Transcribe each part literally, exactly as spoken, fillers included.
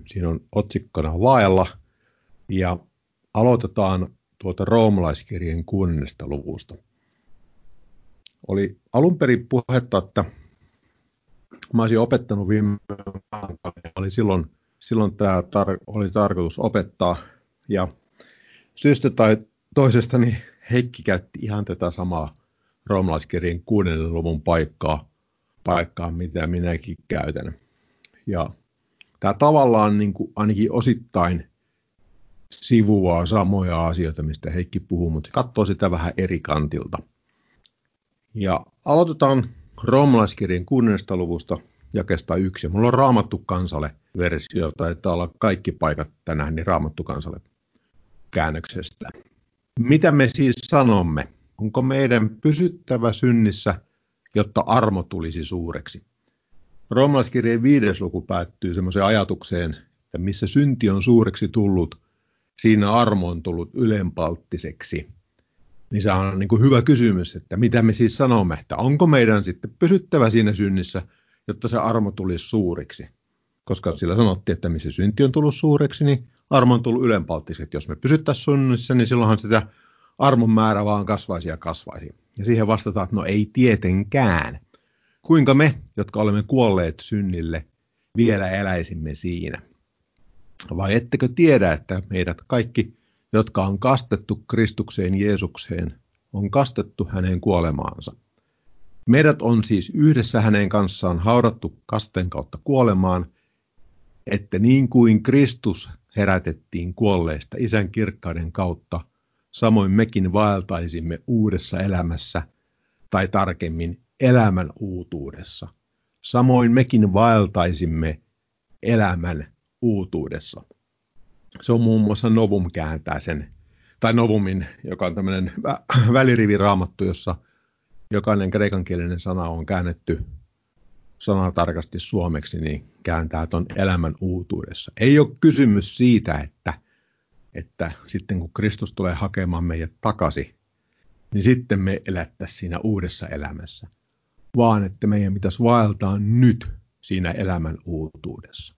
Siinä on otsikkona vaella ja aloitetaan tuota roomalaiskirjeen kuudennesta luvusta. Oli alun perin puhetta, että mä olisin opettanut viime oli silloin, silloin tämä tar- oli tarkoitus opettaa ja syystä tai toisesta niin Heikki käytti ihan tätä samaa roomalaiskirjeen kuudennen luvun paikkaa, paikkaa, mitä minäkin käytän. Ja tämä tavallaan niin kuin ainakin osittain sivuaa samoja asioita, mistä Heikki puhuu, mutta se katsoo sitä vähän eri kantilta. Ja aloitetaan roomalaiskirjeen kuudennesta luvusta jakeesta yksi. Mulla on Raamattu kansalle versio, taitaa olla kaikki paikat tänään, niin Raamattu kansalle käännöksestä. Mitä me siis sanomme? Onko meidän pysyttävä synnissä, jotta armo tulisi suureksi? Roomalaiskirjeen viides luku päättyy semmoiseen ajatukseen, että missä synti on suureksi tullut, siinä armo on tullut ylenpalttiseksi. Niin se on niin kuin hyvä kysymys, että mitä me siis sanomme, että onko meidän sitten pysyttävä siinä synnissä, jotta se armo tulisi suureksi. Koska sillä sanottiin, että missä synti on tullut suureksi, niin armo on tullut ylenpalttiseksi. Jos me pysyttäisiin synnissä, niin silloinhan sitä armon määrä vaan kasvaisi ja kasvaisi. Ja siihen vastataan, että no ei tietenkään. Kuinka me, jotka olemme kuolleet synnille, vielä eläisimme siinä? Vai ettekö tiedä, että meidät kaikki, jotka on kastettu Kristukseen Jeesukseen, on kastettu hänen kuolemaansa? Meidät on siis yhdessä hänen kanssaan haudattu kasteen kautta kuolemaan, että niin kuin Kristus herätettiin kuolleista Isän kirkkauden kautta, samoin mekin vaeltaisimme uudessa elämässä, tai tarkemmin elämän uutuudessa. Samoin mekin vaeltaisimme elämän uutuudessa. Se on muun muassa Novum kääntää sen, tai Novumin, joka on tämmöinen vä- väliriviraamattu, jossa jokainen kreikankielinen sana on käännetty sanatarkasti suomeksi, niin kääntää ton elämän uutuudessa. Ei ole kysymys siitä, että, että sitten kun Kristus tulee hakemaan meidät takaisin, niin sitten me elättäisiin siinä uudessa elämässä, vaan että meidän pitäisi vaeltaa nyt siinä elämän uutuudessa.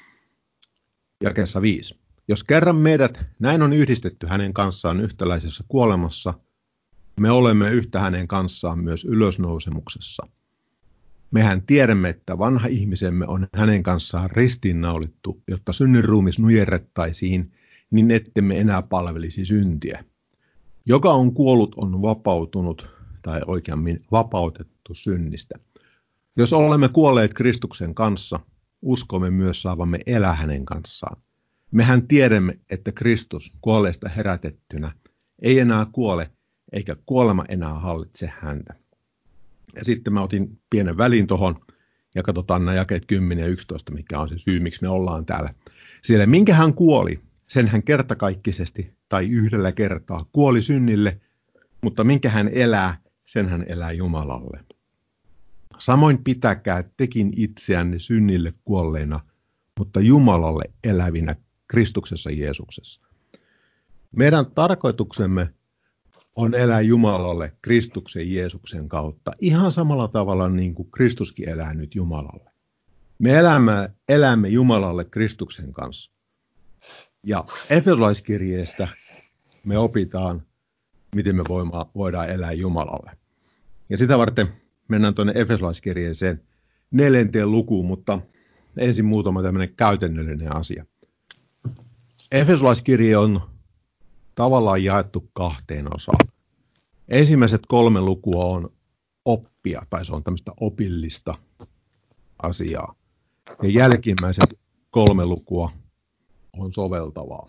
Jakeessa viisi. Jos kerran meidät näin on yhdistetty hänen kanssaan yhtäläisessä kuolemassa, me olemme yhtä hänen kanssaan myös ylösnousemuksessa. Mehän tiedämme, että vanha ihmisemme on hänen kanssaan ristiinnaulittu, jotta synnin ruumis nujerrettaisiin, niin ettemme enää palvelisi syntiä. Joka on kuollut, on vapautunut, tai oikeammin vapautettu synnistä. Jos olemme kuolleet Kristuksen kanssa, uskomme myös saavamme elää hänen kanssaan. Mehän tiedämme, että Kristus kuolleista herätettynä ei enää kuole, eikä kuolema enää hallitse häntä. Ja sitten mä otin pienen välin tuohon, ja katsotaan nämä jakeet kymmenen ja yksitoista, mikä on se syy, miksi me ollaan täällä. Siellä minkä hän kuoli, sen hän kertakaikkisesti tai yhdellä kertaa kuoli synnille, mutta minkä hän elää, sen hän elää Jumalalle. Samoin pitäkää tekin itseänne synnille kuolleina, mutta Jumalalle elävinä Kristuksessa Jeesuksessa. Meidän tarkoituksemme on elää Jumalalle Kristuksen Jeesuksen kautta, ihan samalla tavalla niin kuin Kristuskin elää nyt Jumalalle. Me elämme, elämme Jumalalle Kristuksen kanssa. Ja Efesolaiskirjeestä me opitaan, miten me voidaan elää Jumalalle. Ja sitä varten mennään tuonne Efesolaiskirjeeseen neljänteen lukuun, mutta ensin muutama tämmöinen käytännöllinen asia. Efesolaiskirje on tavallaan jaettu kahteen osaan. Ensimmäiset kolme lukua on oppia, tai se on tämmöistä opillista asiaa. Ja jälkimmäiset kolme lukua on soveltavaa.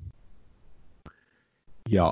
Ja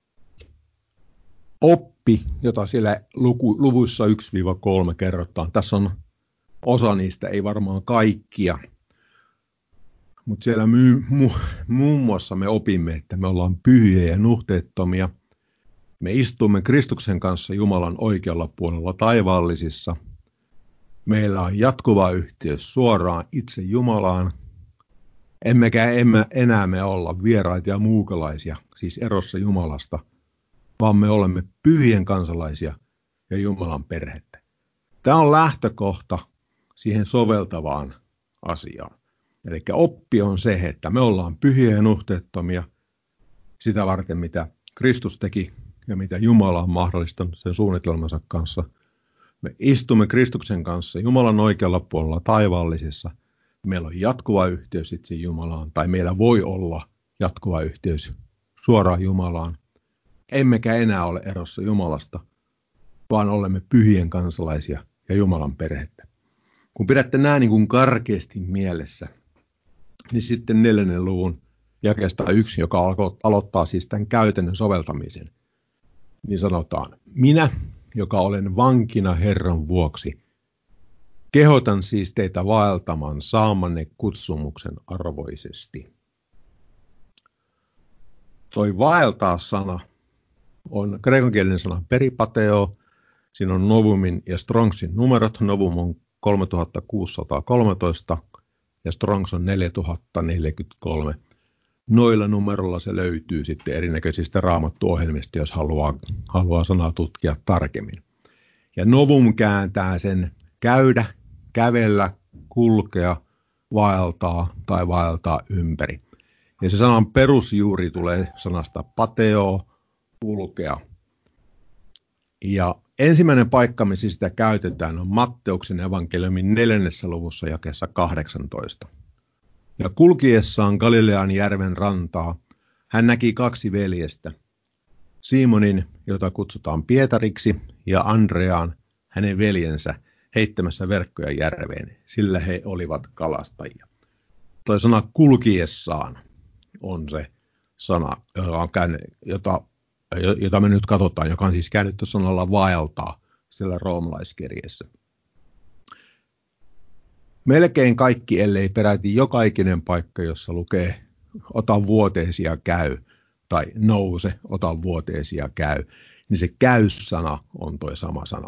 oppi, jota siellä luku, luvuissa yksi kolme kerrotaan, tässä on osa niistä, ei varmaan kaikkia, mutta siellä my, mu, muun muassa me opimme, että me ollaan pyhiä ja nuhteettomia. Me istumme Kristuksen kanssa Jumalan oikealla puolella taivaallisissa. Meillä on jatkuva yhteys suoraan itse Jumalaan. Emmekä emme enää me olla vieraita ja muukalaisia, siis erossa Jumalasta, vaan me olemme pyhien kansalaisia ja Jumalan perhettä. Tämä on lähtökohta siihen soveltavaan asiaan. Eli oppi on se, että me ollaan pyhiä ja nuhteettomia sitä varten, mitä Kristus teki ja mitä Jumala on mahdollistanut sen suunnitelmansa kanssa. Me istumme Kristuksen kanssa Jumalan oikealla puolella taivaallisessa. Meillä on jatkuva yhteys itse Jumalaan, tai meillä voi olla jatkuva yhteys suoraan Jumalaan. Emmekä enää ole erossa Jumalasta, vaan olemme pyhien kansalaisia ja Jumalan perhettä. Kun pidätte nämä niin kuin karkeasti mielessä, niin sitten neljännen luvun jakeesta yksi, joka aloittaa siis tämän käytännön soveltamisen, niin sanotaan, minä, joka olen vankina Herran vuoksi, kehotan siis teitä vaeltamaan saamanne kutsumuksen arvoisesti. Toi vaeltaa-sana on kreekankielinen sana peripateo. Siinä on Novumin ja Strongsin numerot. Novum on kolmetuhattakuusisataakolmetoista ja Strongs on neljätuhattaneljäkymmentäkolme. Noilla numerolla se löytyy sitten erinäköisistä raamattuohjelmista, jos haluaa, haluaa sanaa tutkia tarkemmin. Ja Novum kääntää sen käydä, kävellä, kulkea, vaeltaa tai vaeltaa ympäri. Ja se sanan perusjuuri tulee sanasta pateo, kulkea. Ja ensimmäinen paikka, missä sitä käytetään, on Matteuksen evankeliumin neljännessä luvussa jakeessa kahdeksantoista. Ja kulkiessaan Galilean järven rantaa hän näki kaksi veljestä, Simonin, jota kutsutaan Pietariksi, ja Andreaan, hänen veljensä, heittämässä verkkoja järveen, sillä he olivat kalastajia. Tuo sana kulkiessaan on se sana, jota, jota me nyt katsotaan, joka on siis käännetty sanalla vaeltaa siellä roomalaiskirjeessä. Melkein kaikki, ellei peräti joka ikinen paikka, jossa lukee ota vuoteesi ja käy, tai nouse, ota vuoteesi ja käy, niin se käy-sana on tuo sama sana.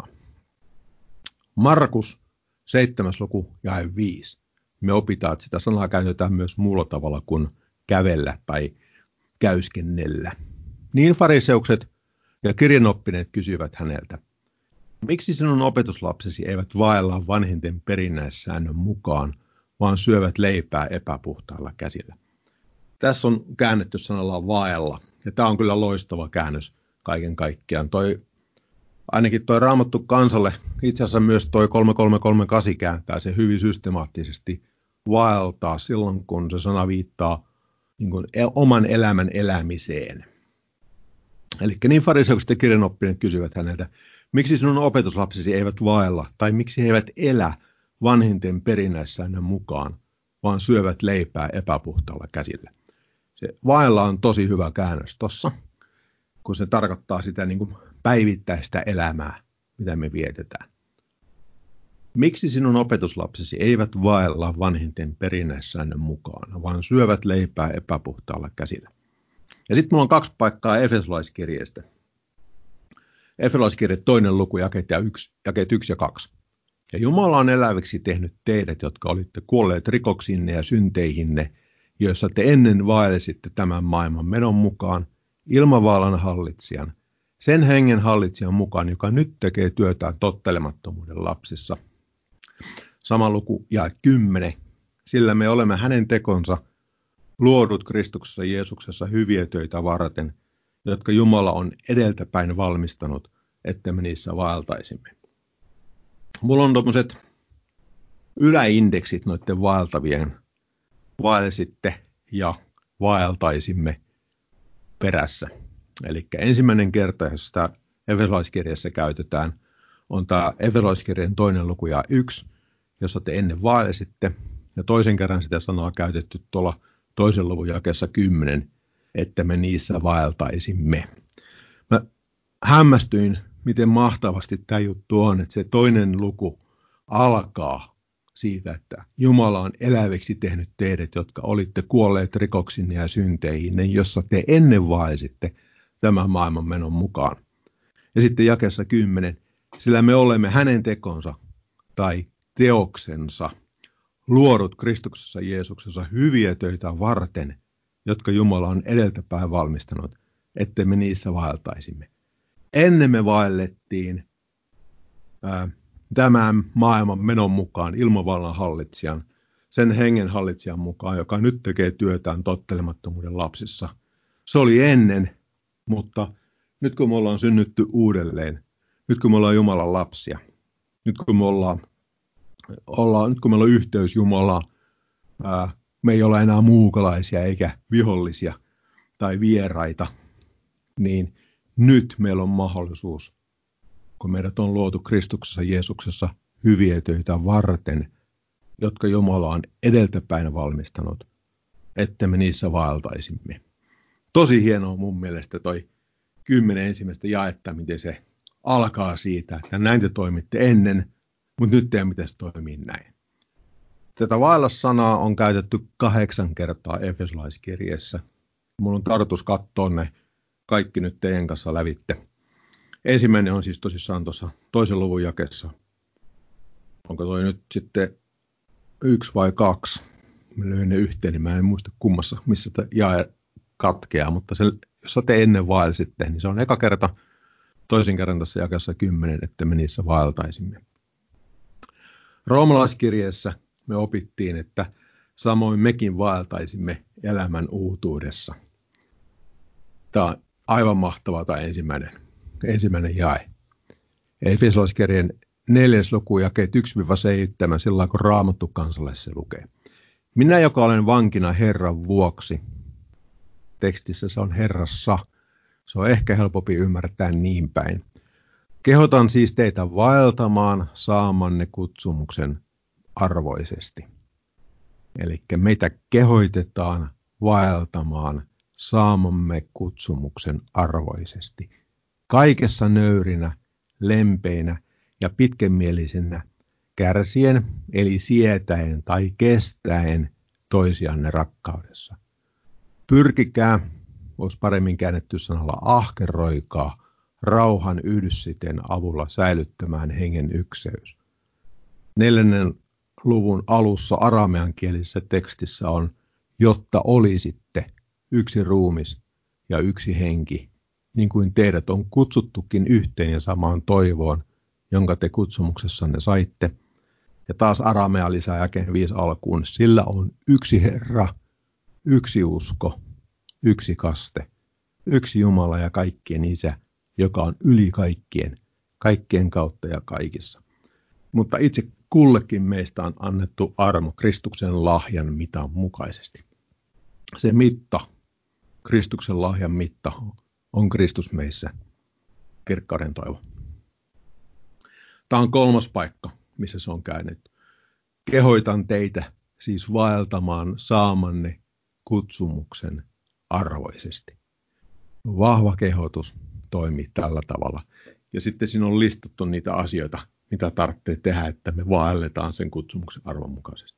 Markus seitsemäs luku jae viisi. Me opitaan, että sitä sanaa käytetään myös muulla tavalla kuin kävellä tai käyskennellä. Niin fariseukset ja kirjanoppineet kysyivät häneltä, miksi sinun opetuslapsesi eivät vaella vanhempien perinnäissäännön mukaan, vaan syövät leipää epäpuhtailla käsillä? Tässä on käännetty sanalla vaella, ja tämä on kyllä loistava käännös kaiken kaikkiaan. Toi, ainakin tuo Raamattu kansalle, itse asiassa myös tuo kolme kolme kolme kahdeksan kääntää se hyvin systemaattisesti vaeltaa silloin, kun se sana viittaa niin kuin oman elämän elämiseen. Eli niin fariseukset ja kirjanoppineet kysyvät häneltä, miksi sinun opetuslapsesi eivät vaella, tai miksi he eivät elä vanhinten perinnäissäännön mukaan, vaan syövät leipää epäpuhtaalla käsillä. Se vaella on tosi hyvä käännös tossa, kun se tarkoittaa sitä niin kuin päivittäistä elämää, mitä me vietetään. Miksi sinun opetuslapsesi eivät vaella vanhinten perinnäissäännön mukaan, vaan syövät leipää epäpuhtaalla käsillä? Ja sitten mulla on kaksi paikkaa Efesolaiskirjeestä. Efesolaiskirje toinen luku, jakeet, ja yksi, jakeet yksi ja kaksi. Ja Jumala on eläviksi tehnyt teidät, jotka olitte kuolleet rikoksinne ja synteihinne, joissa te ennen vaelsitte tämän maailman menon mukaan, ilmavaalan hallitsijan, sen hengen hallitsijan mukaan, joka nyt tekee työtään tottelemattomuuden lapsissa. Sama luku jae kymmenen. Sillä me olemme hänen tekonsa, luodut Kristuksessa Jeesuksessa hyviä töitä varten, jotka Jumala on edeltäpäin valmistanut, että me niissä vaeltaisimme. Mulla on tuommoiset yläindeksit noiden vaeltavien vaelsitte ja vaeltaisimme perässä. Eli ensimmäinen kerta, jos sitä Efesolaiskirjassa käytetään, on tämä Efesolaiskirjan toinen luku ja yksi, jossa te ennen vaelsitte. Ja toisen kerran sitä sanaa käytetty tuolla toisen luvun jakeessa kymmenen, että me niissä vaeltaisimme. Mä hämmästyin, miten mahtavasti tämä juttu on, että se toinen luku alkaa siitä, että Jumala on eläviksi tehnyt teidät, jotka olitte kuolleet rikoksinne ja synteihin, jossa te ennen vaelsitte tämän maailman menon mukaan. Ja sitten jakeessa kymmenen, sillä me olemme hänen tekonsa tai teoksensa, luodut Kristuksessa Jeesuksessa hyviä töitä varten, jotka Jumala on edeltäpäin valmistanut, että me niissä vaeltaisimme. Ennen me vaellettiin ää, tämän maailman menon mukaan ilmavallan hallitsijan, sen hengen hallitsijan mukaan, joka nyt tekee työtään tottelemattomuuden lapsissa. Se oli ennen, mutta nyt kun me ollaan synnytty uudelleen, nyt kun me ollaan Jumalan lapsia, nyt kun me ollaan, ollaan, nyt kun meillä on yhteys Jumalaan, ää, me ei olla enää muukalaisia eikä vihollisia tai vieraita, niin nyt meillä on mahdollisuus, kun meidät on luotu Kristuksessa Jeesuksessa hyviä töitä varten, jotka Jumala on edeltäpäin valmistanut, että me niissä vaeltaisimme. Tosi hienoa mun mielestä toi kymmenen ensimmäistä jaetta, miten se alkaa siitä, että näin te toimitte ennen, mutta nyt teidän pitäisi toimia näin. Tätä vaellas-sanaa on käytetty kahdeksan kertaa Efesolaiskirjeessä. Mun on tarkoitus katsoa ne kaikki nyt teidän kanssa lävitte. Ensimmäinen on siis tosissaan tuossa toisen luvun jakessa. Onko toi nyt sitten yksi vai kaksi? Mä löin ne yhteen, niin mä en muista kummassa, missä tämä jae katkeaa, mutta se, jos te ennen vaelsitte, niin se on eka kerta, toisen kerran tässä jakessa kymmenen, että me niissä vaeltaisimme. Roomalaiskirjeessä me opittiin, että samoin mekin vaeltaisimme elämän uutuudessa. Tämä on aivan mahtava tämä ensimmäinen, ensimmäinen jae. Efesolaiskirjeen neljäs luku jakeet yksi seitsemän, sillä kun Raamattu kansalle se lukee. Minä, joka olen vankina Herran vuoksi. Tekstissä se on Herrassa. Se on ehkä helpompi ymmärtää niin päin. Kehotan siis teitä vaeltamaan saamanne kutsumuksen arvoisesti. Eli meitä kehoitetaan vaeltamaan saamamme kutsumuksen arvoisesti. Kaikessa nöyrinä, lempeinä ja pitkämielisenä kärsien, eli sietäen tai kestäen toisianne rakkaudessa. Pyrkikää, olisi paremmin käännetty sanalla ahkeroikaa, rauhan yhdyssiteen avulla säilyttämään hengen ykseys. Neljännen luvun alussa arameankielisessä tekstissä on, jotta olisitte yksi ruumis ja yksi henki, niin kuin teidät on kutsuttukin yhteen ja samaan toivoon, jonka te kutsumuksessanne saitte. Ja taas aramea lisää jakeen viisi alkuun, sillä on yksi Herra, yksi usko, yksi kaste, yksi Jumala ja kaikkien Isä, joka on yli kaikkien, kaikkien kautta ja kaikissa. Mutta itse kullekin meistä on annettu armo Kristuksen lahjan mitan mukaisesti. Se mitta, Kristuksen lahjan mitta, on Kristus meissä, kirkkauden toivo. Tämä on kolmas paikka, missä se on käännetty. Kehoitan teitä siis vaeltamaan saamanne kutsumuksen arvoisesti. Vahva kehotus toimii tällä tavalla. Ja sitten siinä on listattu niitä asioita, mitä tarvitsee tehdä, että me vaelletaan sen kutsumuksen arvon mukaisesti.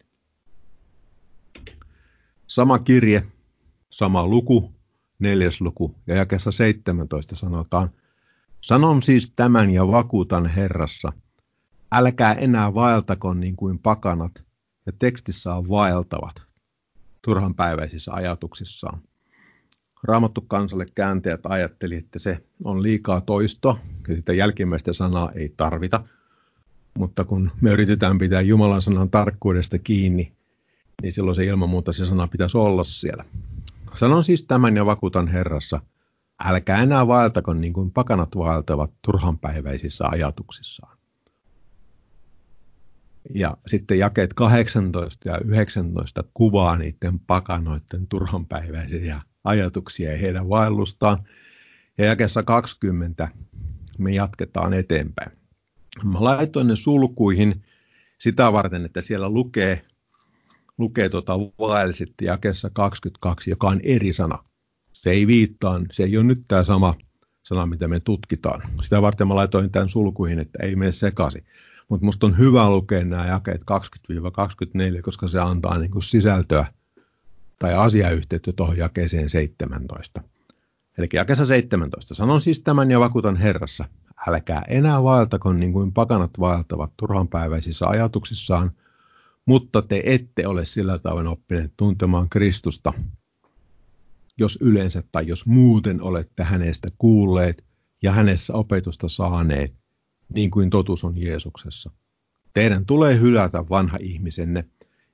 Sama kirje, sama luku, neljäs luku ja jakeessa seitsemäntoista sanotaan, sanon siis tämän ja vakuutan Herrassa, älkää enää vaeltako niin kuin pakanat, ja tekstissä on vaeltavat, turhanpäiväisissä ajatuksissaan. Raamattu kansalle kääntäjät ajatteli, että se on liikaa toistoa, ja sitä jälkimmäistä sanaa ei tarvita. Mutta kun me yritetään pitää Jumalan sanan tarkkuudesta kiinni, niin silloin se ilman muuta se sana pitäisi olla siellä. Sanon siis tämän ja vakuutan Herrassa, älkää enää vaeltako niin kuin pakanat vaeltavat turhanpäiväisissä ajatuksissaan. Ja sitten jakeet kahdeksantoista ja yhdeksäntoista kuvaa niiden pakanoiden turhanpäiväisiä ajatuksia ja heidän vaellustaan. Ja jakeessa kaksikymmentä me jatketaan eteenpäin. Mä laitoin ne sulkuihin sitä varten, että siellä lukee, lukee tuota vaelsit jakeessa kaksikymmentäkaksi, joka on eri sana. Se ei viittaa, se ei ole nyt tämä sama sana, mitä me tutkitaan. Sitä varten mä laitoin tämän sulkuihin, että ei mene sekaisin. Mutta musta on hyvä lukea nämä jakeet kaksikymmentä kaksikymmentäneljä, koska se antaa niin kuin sisältöä tai asiayhteyttä tuohon jakeeseen seitsemäntoista. Eli jakeessa seitsemäntoista. Sanon siis tämän ja vakuutan Herrassa. Älkää enää vaeltako niin kuin pakanat vaeltavat turhanpäiväisissä ajatuksissaan, mutta te ette ole sillä tavoin oppineet tuntemaan Kristusta, jos yleensä tai jos muuten olette hänestä kuulleet ja hänessä opetusta saaneet, niin kuin totuus on Jeesuksessa. Teidän tulee hylätä vanha ihmisenne,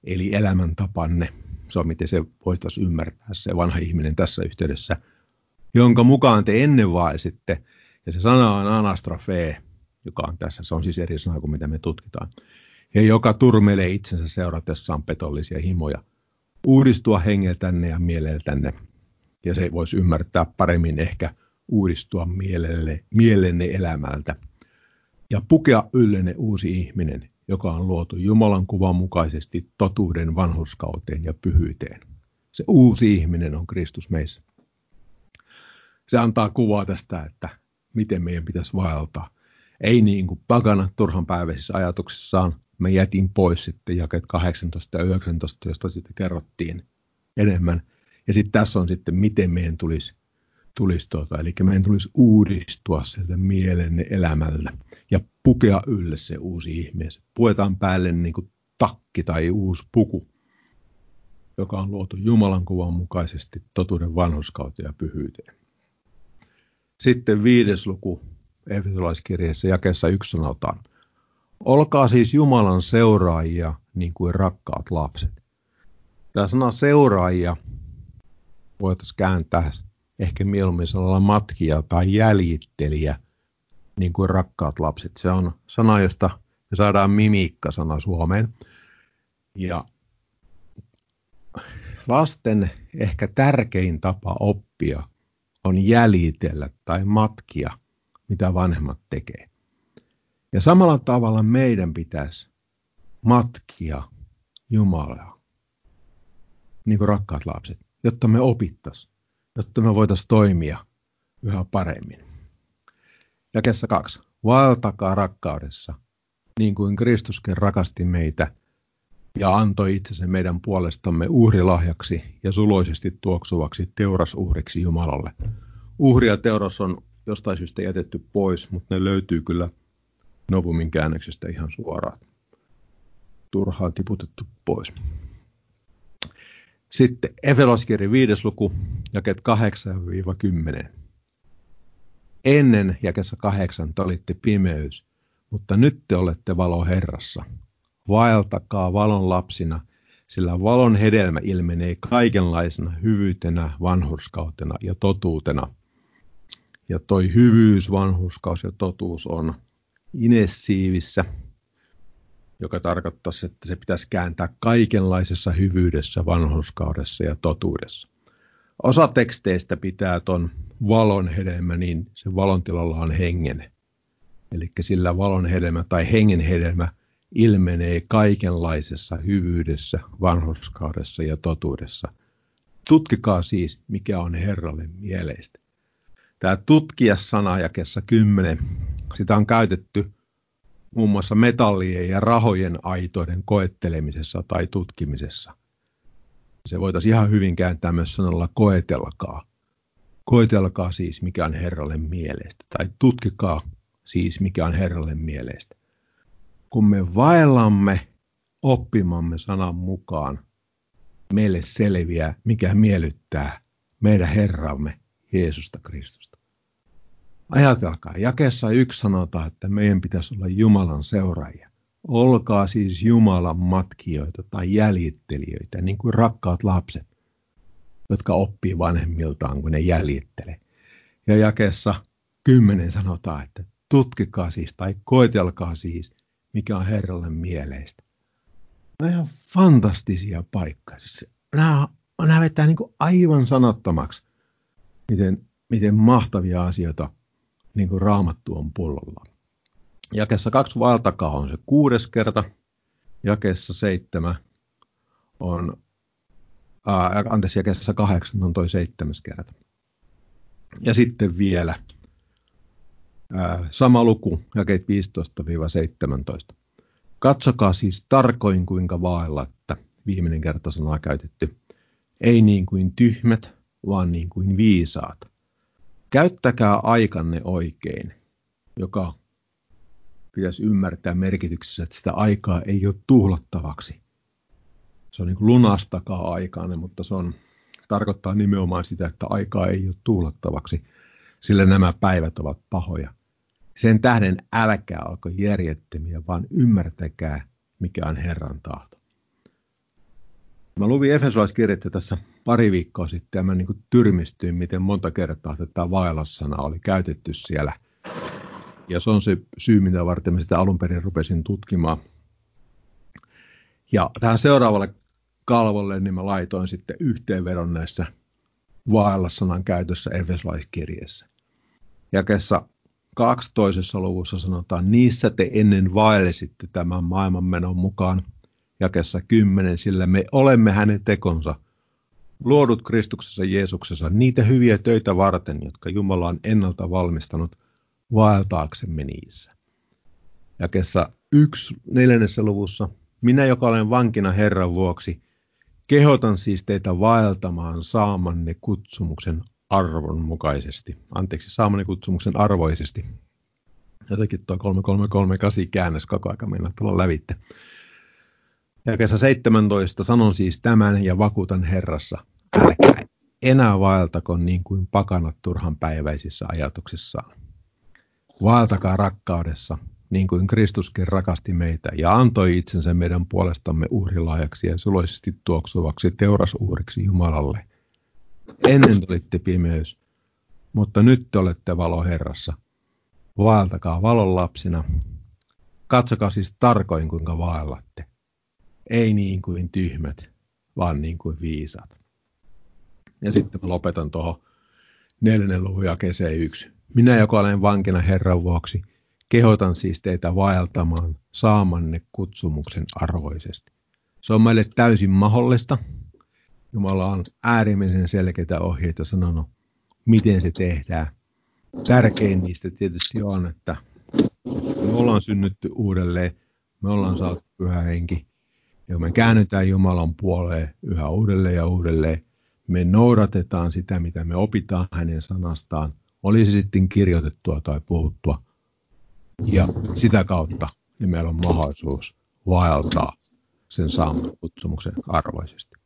eli elämäntapanne. Se on miten se voitaisiin ymmärtää, se vanha ihminen tässä yhteydessä, jonka mukaan te ennen vaelsitte. Ja se sana on anastrofee, joka on tässä, se on siis eri sana kuin mitä me tutkitaan. Ja joka turmelee itsensä seuratessaan petollisia himoja. Uudistua hengeltänne ja mieleltänne. Ja se voisi ymmärtää paremmin ehkä uudistua mielelle, mielenne elämältä. Ja pukea yllenne uusi ihminen, joka on luotu Jumalan kuvan mukaisesti totuuden vanhurskauteen ja pyhyyteen. Se uusi ihminen on Kristus meissä. Se antaa kuvaa tästä, että miten meidän pitäisi vaeltaa. Ei niin kuin pakana turhanpäiväisissä ajatuksissaan. Mä jätin pois sitten jakeet kahdeksantoista ja yhdeksäntoista, josta sitten kerrottiin enemmän. Ja sitten tässä on sitten, miten meidän tulisi, tulisi tuota, eli meidän tulisi uudistua sieltä mielenne elämällä ja pukea ylle se uusi ihminen. Puetaan päälle niin kuin takki tai uusi puku, joka on luotu Jumalan kuvan mukaisesti totuuden vanhurskauteen ja pyhyyteen. Sitten viides luku Efesolaiskirjeessä jakeessa yksi sanotaan. Olkaa siis Jumalan seuraajia niin kuin rakkaat lapset. Tämä sana seuraajia voitaisiin kääntää ehkä mieluummin sanalla matkija tai jäljittelijä niin kuin rakkaat lapset. Se on sana, josta me saadaan mimiikka-sana Suomeen. Ja lasten ehkä tärkein tapa oppia on jäljitellä tai matkia, mitä vanhemmat tekee. Ja samalla tavalla meidän pitäisi matkia Jumalaa, niin kuin rakkaat lapset, jotta me opittaisiin, jotta me voitaisiin toimia yhä paremmin. Jakeessa kaksi. Vaeltakaa rakkaudessa, niin kuin Kristuskin rakasti meitä ja antoi itsensä meidän puolestamme uhrilahjaksi ja suloisesti tuoksuvaksi teurasuhriksi Jumalalle. Uhri ja teuras on jostain syystä jätetty pois, mutta ne löytyy kyllä Novumin käännöksestä ihan suoraan. Turhaan tiputettu pois. Sitten Efesolaiskirje viides luku, jakeet kahdeksan kymmenen. Ennen jakeessa kahdeksan te olitte pimeys, mutta nyt te olette valo Herrassa. Vaeltakaa valon lapsina, sillä valon hedelmä ilmenee kaikenlaisena hyvyytenä, vanhurskautena ja totuutena. Ja toi hyvyys, vanhurskaus ja totuus on inessiivissä, joka tarkoittaisi, että se pitäisi kääntää kaikenlaisessa hyvyydessä, vanhurskaudessa ja totuudessa. Osa teksteistä pitää ton valon hedelmä, niin se valon tilalla on hengen. Eli sillä valon hedelmä tai hengen hedelmä ilmenee kaikenlaisessa hyvyydessä, vanhurskaudessa ja totuudessa. Tutkikaa siis, mikä on Herralle mieleistä. Tämä tutkia-sana jakeessa kymmenen, sitä on käytetty muun muassa metallien ja rahojen aitoiden koettelemisessa tai tutkimisessa. Se voitaisiin ihan hyvin kääntää myös sanalla koetelkaa. Koetelkaa siis, mikä on Herralle mieleistä. Tai tutkikaa siis, mikä on Herralle mieleistä. Kun me vaellamme oppimamme sanan mukaan, meille selviää, mikä miellyttää meidän Herramme Jeesusta Kristusta. Ajatelkaa, jakeessa yksi sanotaan, että meidän pitäisi olla Jumalan seuraajia. Olkaa siis Jumalan matkijoita tai jäljittelijöitä, niin kuin rakkaat lapset, jotka oppii vanhemmiltaan, kun ne jäljittelee. Ja jakeessa kymmenen sanotaan, että tutkikaa siis tai koetelkaa siis, mikä on Herralle mieleistä. Nämä on ihan fantastisia paikkoja. Nämä, nämä vetää niin kuin aivan sanattomaksi, miten, miten mahtavia asioita niin kuin Raamattu on pullollaan. Jakeessa kaksi vaeltakaa on se kuudes kerta. Jakeessa seitsemän on, ää, anteeksi, jakeessa kahdeksan on toi seitsemäs kerta. Ja sitten vielä ää, sama luku, jakeet viisitoista seitsemäntoista. Katsokaa siis tarkoin kuinka vaellatte, viimeinen kerta sanaa käytetty. Ei niin kuin tyhmät, vaan niin kuin viisaat. Käyttäkää aikanne oikein, joka pitäisi ymmärtää merkityksessä, että sitä aikaa ei ole tuhlattavaksi. Se on niin kuin lunastakaa aikaanne, mutta se on, tarkoittaa nimenomaan sitä, että aikaa ei ole tuhlattavaksi, sillä nämä päivät ovat pahoja. Sen tähden älkää olko järjettömiä, vaan ymmärtäkää, mikä on Herran tahto. Mä luin Efesolaiskirjettä tässä pari viikkoa sitten ja mä niin kuin tyrmistyin, miten monta kertaa tätä vaellussanaa oli käytetty siellä. Ja se on se syy, mitä varten mä sitä alun perin rupesin tutkimaan. Ja tähän seuraavalle kalvolle niin mä laitoin sitten yhteenvedon näissä vaellussanan käytössä Efesolaiskirjeessä. Jakeessa kaksitoisessa luvussa sanotaan, niissä te ennen vaellesitte tämän maailmanmenon mukaan. Jakeessa kymmenen, sillä me olemme hänen tekonsa, luodut Kristuksessa Jeesuksessa, niitä hyviä töitä varten, jotka Jumala on ennalta valmistanut vaeltaaksemme niissä. Jakeessa yksi neljännessä luvussa, minä joka olen vankina Herran vuoksi, kehotan siis teitä vaeltamaan saamanne kutsumuksen arvon mukaisesti. Anteeksi, saamanne kutsumuksen arvoisesti. Jotenkin tuo kolme kolme kolme kahdeksan käännös koko ajan mennä tulla lävitte. Jakeessa seitsemäntoista, sanon siis tämän ja vakuutan Herrassa, älkää enää vaeltako niin kuin pakanat turhan päiväisissä ajatuksissaan. Vaeltakaa rakkaudessa, niin kuin Kristuskin rakasti meitä ja antoi itsensä meidän puolestamme uhrilahjaksi ja suloisesti tuoksuvaksi teurasuhriksi Jumalalle. Ennen te olitte pimeys, mutta nyt te olette valo Herrassa. Vaeltakaa valon lapsina. Katsokaa siis tarkoin, kuinka vaellatte. Ei niin kuin tyhmät, vaan niin kuin viisaat. Ja sitten mä lopetan tuohon neljännen luvun jakeeseen yksi. Minä, joka olen vankina Herran vuoksi, kehotan siis teitä vaeltamaan saamanne kutsumuksen arvoisesti. Se on meille täysin mahdollista. Jumala on äärimmäisen selkeitä ohjeita sanonut, miten se tehdään. Tärkein niistä tietysti on, että me ollaan synnytty uudelleen, me ollaan saatu Pyhä Henki, ja me käännytään Jumalan puoleen yhä uudelleen ja uudelleen. Me noudatetaan sitä, mitä me opitaan hänen sanastaan, oli se sitten kirjoitettua tai puhuttua. Ja sitä kautta niin meillä on mahdollisuus vaeltaa sen saaman kutsumuksen arvoisesti.